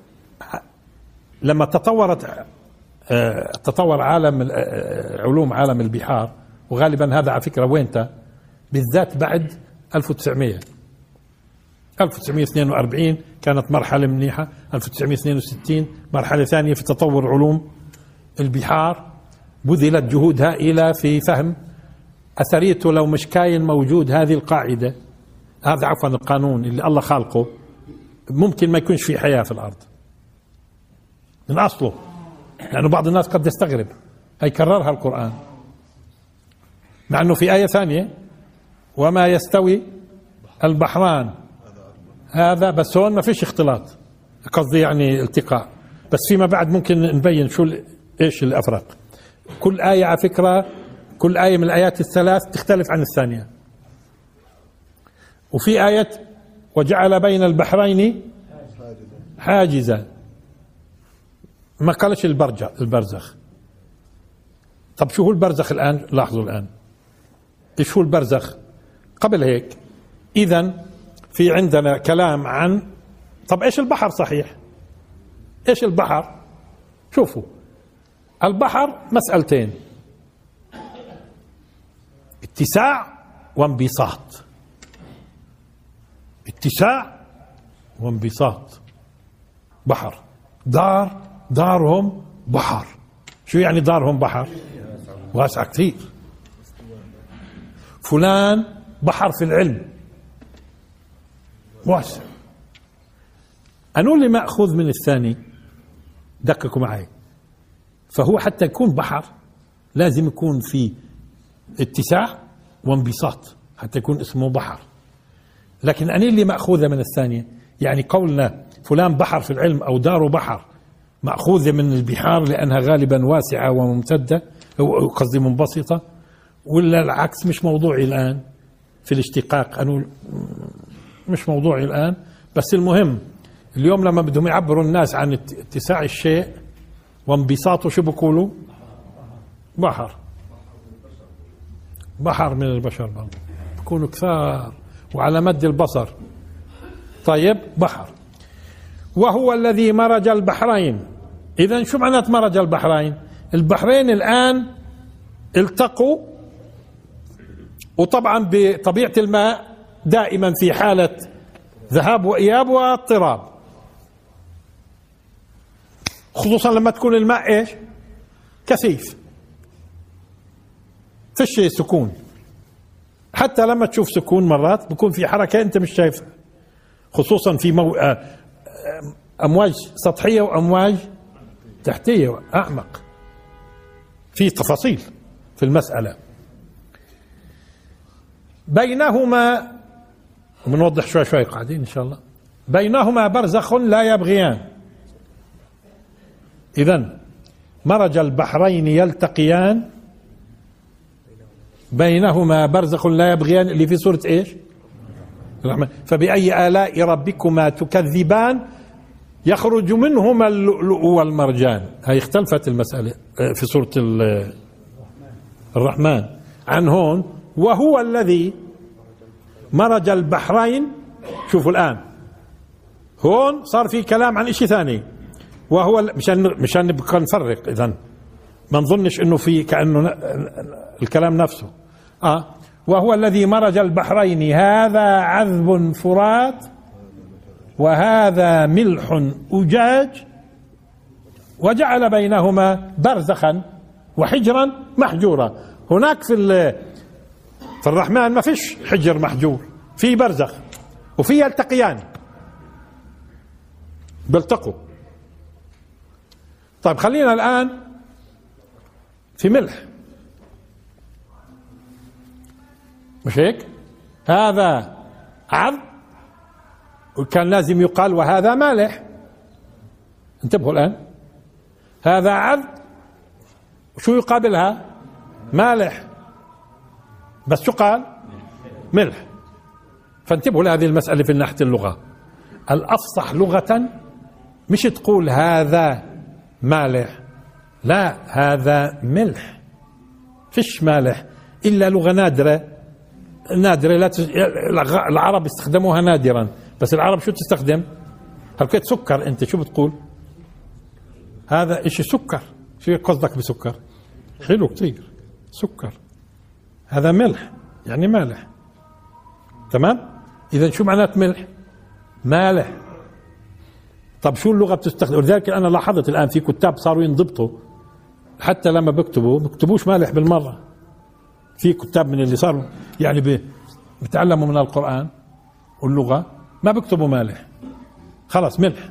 Speaker 1: لما تطورت تطور عالم علوم عالم البحار، وغالبا هذا على فكرة وينتا بالذات بعد ألف وتسعمية ألف وتسعمية واثنين وأربعين كانت مرحلة منيحة، ألف وتسعمية واثنين وستين مرحلة ثانية في تطور علوم البحار، بذلت جهود هائلة في فهم أثريته. لو مش كاين موجود هذه القاعدة، هذا عفوا القانون اللي الله خالقه، ممكن ما يكونش في حياة في الأرض من أصله، لأنه بعض الناس قد يستغرب، هيكررها القرآن. مع أنه في آية ثانية وما يستوي البحران، هذا بس هون ما فيش اختلاط، قصدي يعني التقاء، بس فيما بعد ممكن نبين شو ايش الأفرق. كل آية على فكرة، كل آية من الآيات الثلاث تختلف عن الثانية. وفي آية وجعل بين البحرين حاجزا، ما قالش البرزخ. طب شو هو البرزخ الآن؟ لاحظوا الآن ايش هو البرزخ قبل هيك. إذن في عندنا كلام عن، طب ايش البحر صحيح؟ ايش البحر؟ شوفوا البحر مسألتين، اتساع وانبساط. اتساع وانبساط. بحر، دار، دارهم بحر. شو يعني دارهم بحر؟ واسع كثير. فلان بحر في العلم، واسع. أنو اللي مأخوذ من الثاني؟ دققوا معي. فهو حتى يكون بحر لازم يكون في اتساع وانبساط حتى يكون اسمه بحر. لكن أني اللي مأخوذة من الثانية، يعني قولنا فلان بحر في العلم أو داره بحر مأخوذة من البحار لأنها غالبا واسعة وممتدة، قصدي منبسطة، ولا العكس؟ مش موضوعي الآن في الاشتقاق، أنه مش موضوعي الآن. بس المهم اليوم لما بدهم يعبروا الناس عن اتساع الشيء وانبساطه شو بقولوا؟ بحر. بحر من البشر برضه بكونوا كثار وعلى مد البصر. طيب بحر. وهو الذي مرج البحرين. إذن شو معنات مرج البحرين؟ البحرين الآن التقوا، وطبعا بطبيعة الماء دائما في حالة ذهاب وإياب واضطراب، خصوصا لما تكون الماء ايش؟ كثيف، فيش سكون. حتى لما تشوف سكون مرات بكون في حركة انت مش شايفها، خصوصا في مو... امواج سطحية وامواج تحتية اعمق، في تفاصيل في المسألة. بينهما، وبنوضح شوي شوي قاعدين ان شاء الله، بينهما برزخ لا يبغيان. إذن مرج البحرين يلتقيان بينهما برزخ لا يبغيان، اللي في سورة ايش؟ الرحمن. فبأي آلاء ربكما تكذبان يخرج منهما اللؤلؤ والمرجان. هي اختلفت المسألة في سورة الرحمن عن هون. وهو الذي مرج البحرين. شوفوا الآن هون صار في كلام عن شيء ثاني، وهو مشان مشان نبقى نفرق. إذن ما نظنش انه في كأنه الكلام نفسه. اه وهو الذي مرج البحرين هذا عذب فرات وهذا ملح أجاج وجعل بينهما برزخا وحجرا محجورا. هناك في في الرحمن ما فيش حجر محجور، في برزخ وفي يلتقيان، بيلتقوا. طيب خلينا الآن في ملح، مش هيك؟ هذا عذب وكان لازم يقال وهذا مالح. انتبهوا الآن، هذا عذب شو يقابلها؟ مالح، بس شو قال؟ ملح. فانتبهوا لهذه المسألة في ناحية اللغة. الأفصح لغة مش تقول هذا مالح، لا، هذا ملح. فيش مالح إلا لغة نادرة نادرة لا تس... العرب استخدموها نادرا، بس العرب شو تستخدم؟ هلقيت سكر، أنت شو بتقول؟ هذا إشي سكر. شو قصدك بسكر؟ حلو كتير سكر. هذا ملح يعني مالح، تمام؟ إذا شو معنات ملح؟ مالح. طب شو اللغة بتستخدم؟ ولذلك أنا لاحظت الآن في كتاب صاروا ينضبطوا، حتى لما بكتبوا بكتبوش مالح بالمرة. في كتاب من اللي صاروا يعني بتعلموا من القرآن واللغة ما بكتبوا مالح، خلاص ملح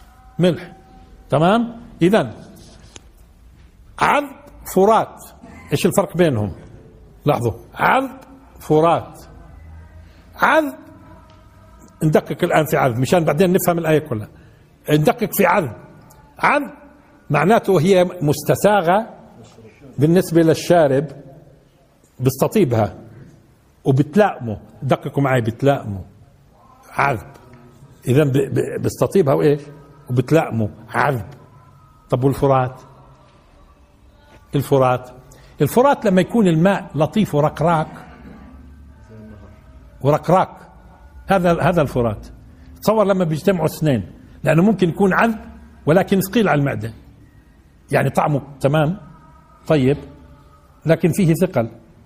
Speaker 1: ملح، تمام؟ إذن عذب فرات ايش الفرق بينهم؟ لاحظوا، عذب فرات. عذب ندقق الآن في عذب مشان بعدين نفهم الآية كلها. ندقق في عذب. عذب معناته هي مستساغة بالنسبة للشارب، بيستطيبها وبتلائمه. دققوا معي، بتلائمه عذب. إذا بيستطيبها وإيش؟ وبتلائمه عذب. طب والفرات؟ الفرات الفرات لما يكون الماء لطيف ورقراق ورقراق هذا هذا الفرات. تصور لما بيجتمعوا اثنين، لأنه ممكن يكون عذب ولكن ثقيل على المعدة، يعني طعمه تمام طيب لكن فيه ثقل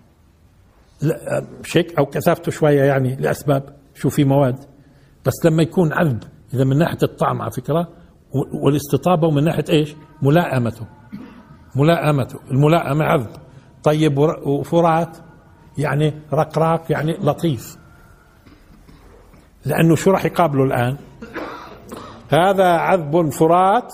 Speaker 1: شيك أو كثافته شوية، يعني لأسباب شو في مواد. بس لما يكون عذب، إذا من ناحية الطعم على فكرة والاستطابة، ومن ناحية إيش؟ ملائمته ملائمته الملائمة عذب. طيب وفرات يعني رقراق، يعني لطيف. لأنه شو راح يقابله الآن؟ هذا عذب فرات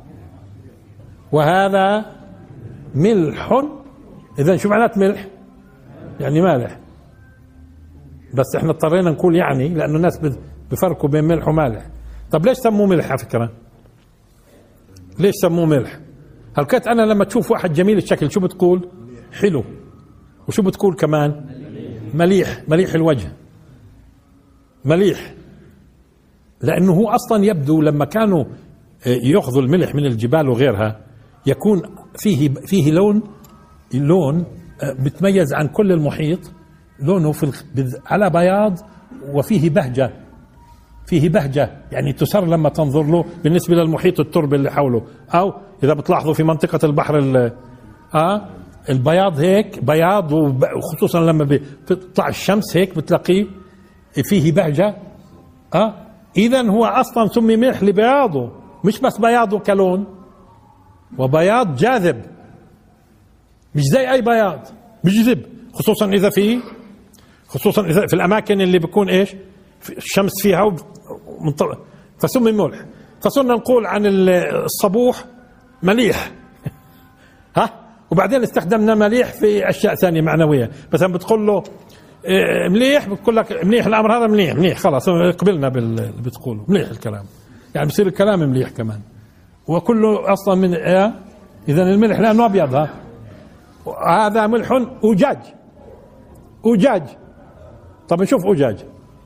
Speaker 1: وهذا ملح. إذا شو معنات ملح؟ يعني مالح. بس احنا اضطرينا نقول يعني، لأنه الناس بفرقوا بين ملح ومالح. طب ليش سموه ملح على فكرة؟ ليش سموه ملح؟ هلكت أنا لما تشوف واحد جميل الشكل شو بتقول؟ حلو. وشو بتقول كمان؟ مليح. مليح الوجه، مليح. لأنه هو أصلا يبدو لما كانوا يأخذوا الملح من الجبال وغيرها يكون فيه فيه لون لون بتميز عن كل المحيط، لونه في على بياض وفيه بهجة، فيه بهجة يعني تسر لما تنظر له بالنسبة للمحيط التربة اللي حوله. أو إذا بتلاحظوا في منطقة البحر آه البياض هيك بياض، وخصوصا لما بتطلع الشمس هيك بتلاقيه فيه بهجة. آه إذن هو أصلا سمي ملح لبياضه، مش بس بياضه كلون، وبياض جاذب، مش زي أي بياض، بيجذب. خصوصا إذا في خصوصا إذا في الأماكن اللي بيكون إيش الشمس فيها، فسمي ملح. فصرنا نقول عن الصبوح مليح ها، وبعدين استخدمنا مليح في أشياء ثانية معنوية. مثلا بتقول له مليح، بتقول لك مليح الأمر هذا مليح مليح خلاص قبلنا باللي بتقوله، مليح الكلام، يعني بصير الكلام مليح كمان. وكله أصلا من إيه؟ إذا الملح لأنه أبيض. ها هذا ملح أجاج. أجاج. طب نشوف أجاج.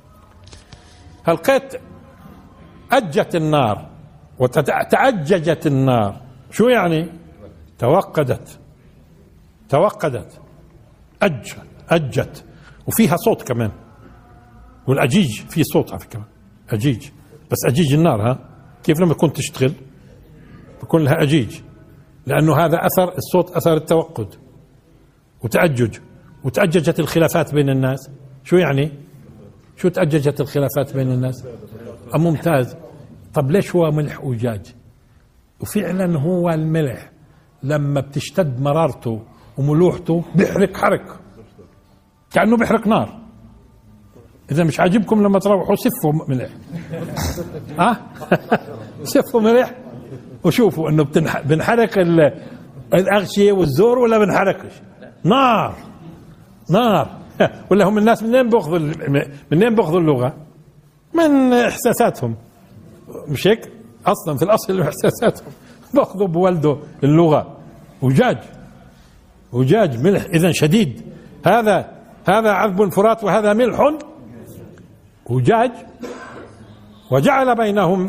Speaker 1: هلقيت أجت النار وتأججت النار. شو يعني؟ توقدت. توقدت. أج أجت، وفيها صوت كمان. والأجيج فيه صوت على فكرة، أجيج. بس أجيج النار ها كيف لما تكون تشتغل بكون لها أجيج، لأنه هذا أثر الصوت، أثر التوقد وتأجج. وتأججت الخلافات بين الناس. شو يعني؟ شو تأججت الخلافات بين الناس؟ ممتاز. طب ليش هو ملح أجاج؟ وفعلا هو الملح لما بتشتد مرارته وملوحته بيحرق حرق، كأنه بيحرق نار. إذا مش عاجبكم لما تروحوا سفوا ملح ها سفوا ملح وشوفوا إنه بنحرق الأغشية والزور ولا بنحرقش نار. نار. ولا هم الناس منين بياخذوا منين بياخذوا اللغة؟ من إحساساتهم، مش هيك؟ أصلا في الأصل إحساساتهم بياخذوا بولده اللغة. وجاج. وجاج ملح إذا شديد. هذا هذا عذب فرات وهذا ملح وجاج. وجعل بينهم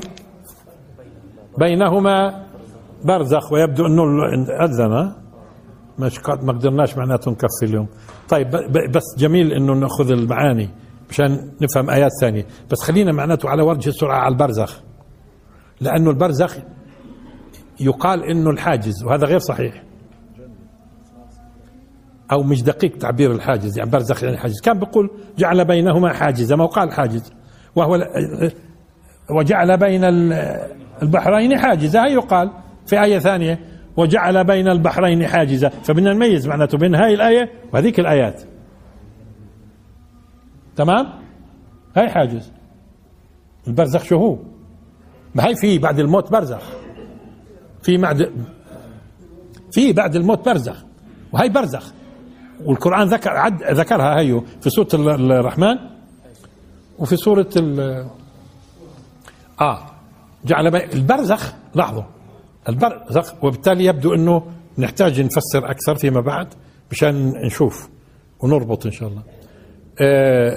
Speaker 1: بينهما برزخ. ويبدو أنه أذن مش ما قدرناش معناته نكفي اليوم. طيب بس جميل انه ناخذ المعاني مشان نفهم ايات ثانيه. بس خلينا معناته على وجه السرعه على البرزخ، لانه البرزخ يقال انه الحاجز، وهذا غير صحيح او مش دقيق تعبير الحاجز. يعني برزخ يعني حاجز. كان بيقول جعل بينهما حاجزا، ما قال حاجز، وهو وجعل بين البحرين حاجزا. هي يقال في آية ثانية وجعل بين البحرين حاجزا. فبدنا نميز معناته بين هاي الآية وهذيك الآيات. تمام؟ هاي حاجز. البرزخ شو هو؟ ما هي في بعد الموت برزخ، في بعد في بعد الموت برزخ، وهي برزخ، والقرآن ذكر عد ذكرها هي في سورة الرحمن وفي سورة ال آه جعل البرزخ. لاحظوا البرزخ، وبالتالي يبدو أنه نحتاج نفسر أكثر فيما بعد مشان نشوف ونربط إن شاء الله آه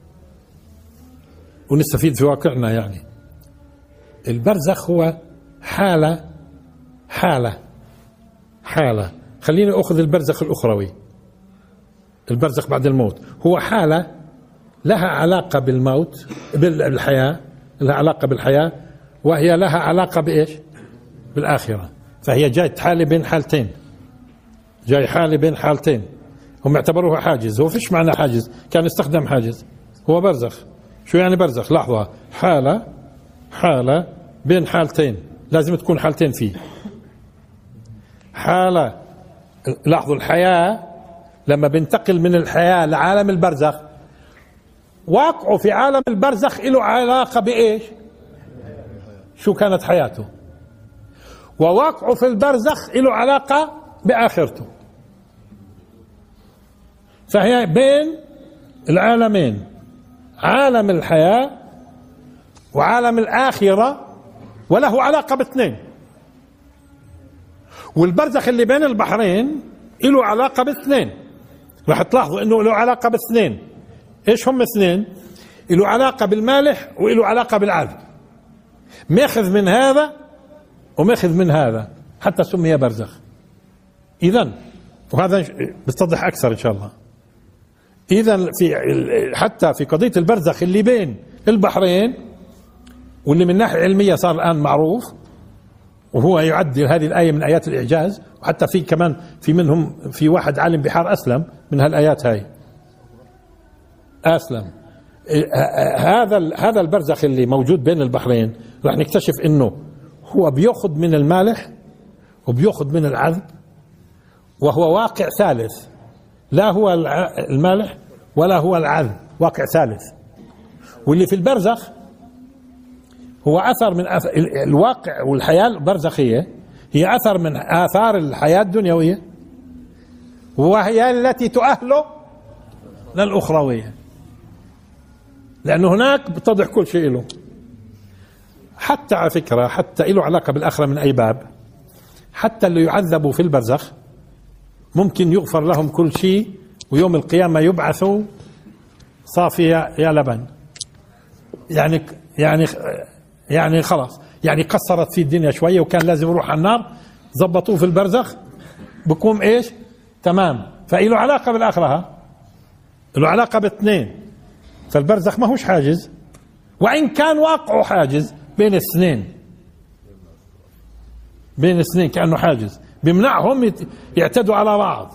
Speaker 1: ونستفيد في واقعنا. يعني البرزخ هو حالة حالة حالة خليني أخذ البرزخ الأخروي. البرزخ بعد الموت هو حالة لها علاقة بالموت بالحياة، لها علاقة بالحياة، وهي لها علاقة بإيش؟ بالآخرة. فهي جاي حالة بين حالتين، جاي حالة بين حالتين. هم اعتبروها حاجز، هو فيش معنى حاجز، كان يستخدم حاجز، هو برزخ. شو يعني برزخ؟ لاحظوا حالة حالة بين حالتين، لازم تكون حالتين فيه. حالة، لاحظوا الحياة لما بنتقل من الحياة لعالم البرزخ، واقعه في عالم البرزخ له علاقة بإيش؟ شو كانت حياته، وواقعه في البرزخ له علاقة بآخرته. فهي بين العالمين، عالم الحياة وعالم الآخرة، وله علاقة باثنين. والبرزخ اللي بين البحرين له علاقة باثنين، راح تلاحظوا انه له علاقة باثنين. ايش هم اثنين؟ له علاقة بالمالح وله علاقة بالعذب، ماخذ من هذا وماخذ من هذا، حتى سمي برزخ. اذا وهذا بيتضح اكثر ان شاء الله. اذا في حتى في قضية البرزخ اللي بين البحرين، واللي من ناحية علمية صار الآن معروف، وهو يعد هذه الآية من آيات الإعجاز، وحتى في كمان في منهم في واحد عالم بحار أسلم من هالآيات هاي، أسلم. هذا هذا البرزخ اللي موجود بين البحرين راح نكتشف إنه هو بيأخذ من المالح وبيأخذ من العذب، وهو واقع ثالث، لا هو المالح ولا هو العذب، واقع ثالث. واللي في البرزخ هو أثر من أثر الواقع، والحياة البرزخية هي أثر من آثار الحياة الدنيوية، وهي التي تؤهله للأخروية، لأنه هناك بتضح كل شيء له. حتى على فكرة حتى له علاقة بالآخرة من أي باب، حتى اللي يعذبوا في البرزخ ممكن يغفر لهم كل شيء، ويوم القيامة يبعثوا صافية يا لبن. يعني يعني يعني خلاص، يعني قصرت في الدنيا شوية وكان لازم يروح على النار، زبطوه في البرزخ بقوم ايش؟ تمام. فإله علاقة بالآخرة، ها؟ له علاقة باثنين. فالبرزخ ما هوش حاجز، وإن كان واقعه حاجز بين الاثنين، بين الاثنين كأنه حاجز بيمنعهم يعتدوا على بعض.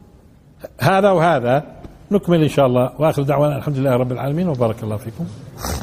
Speaker 1: هذا وهذا نكمل إن شاء الله، وآخر دعوانا الحمد لله رب العالمين، وبارك الله فيكم.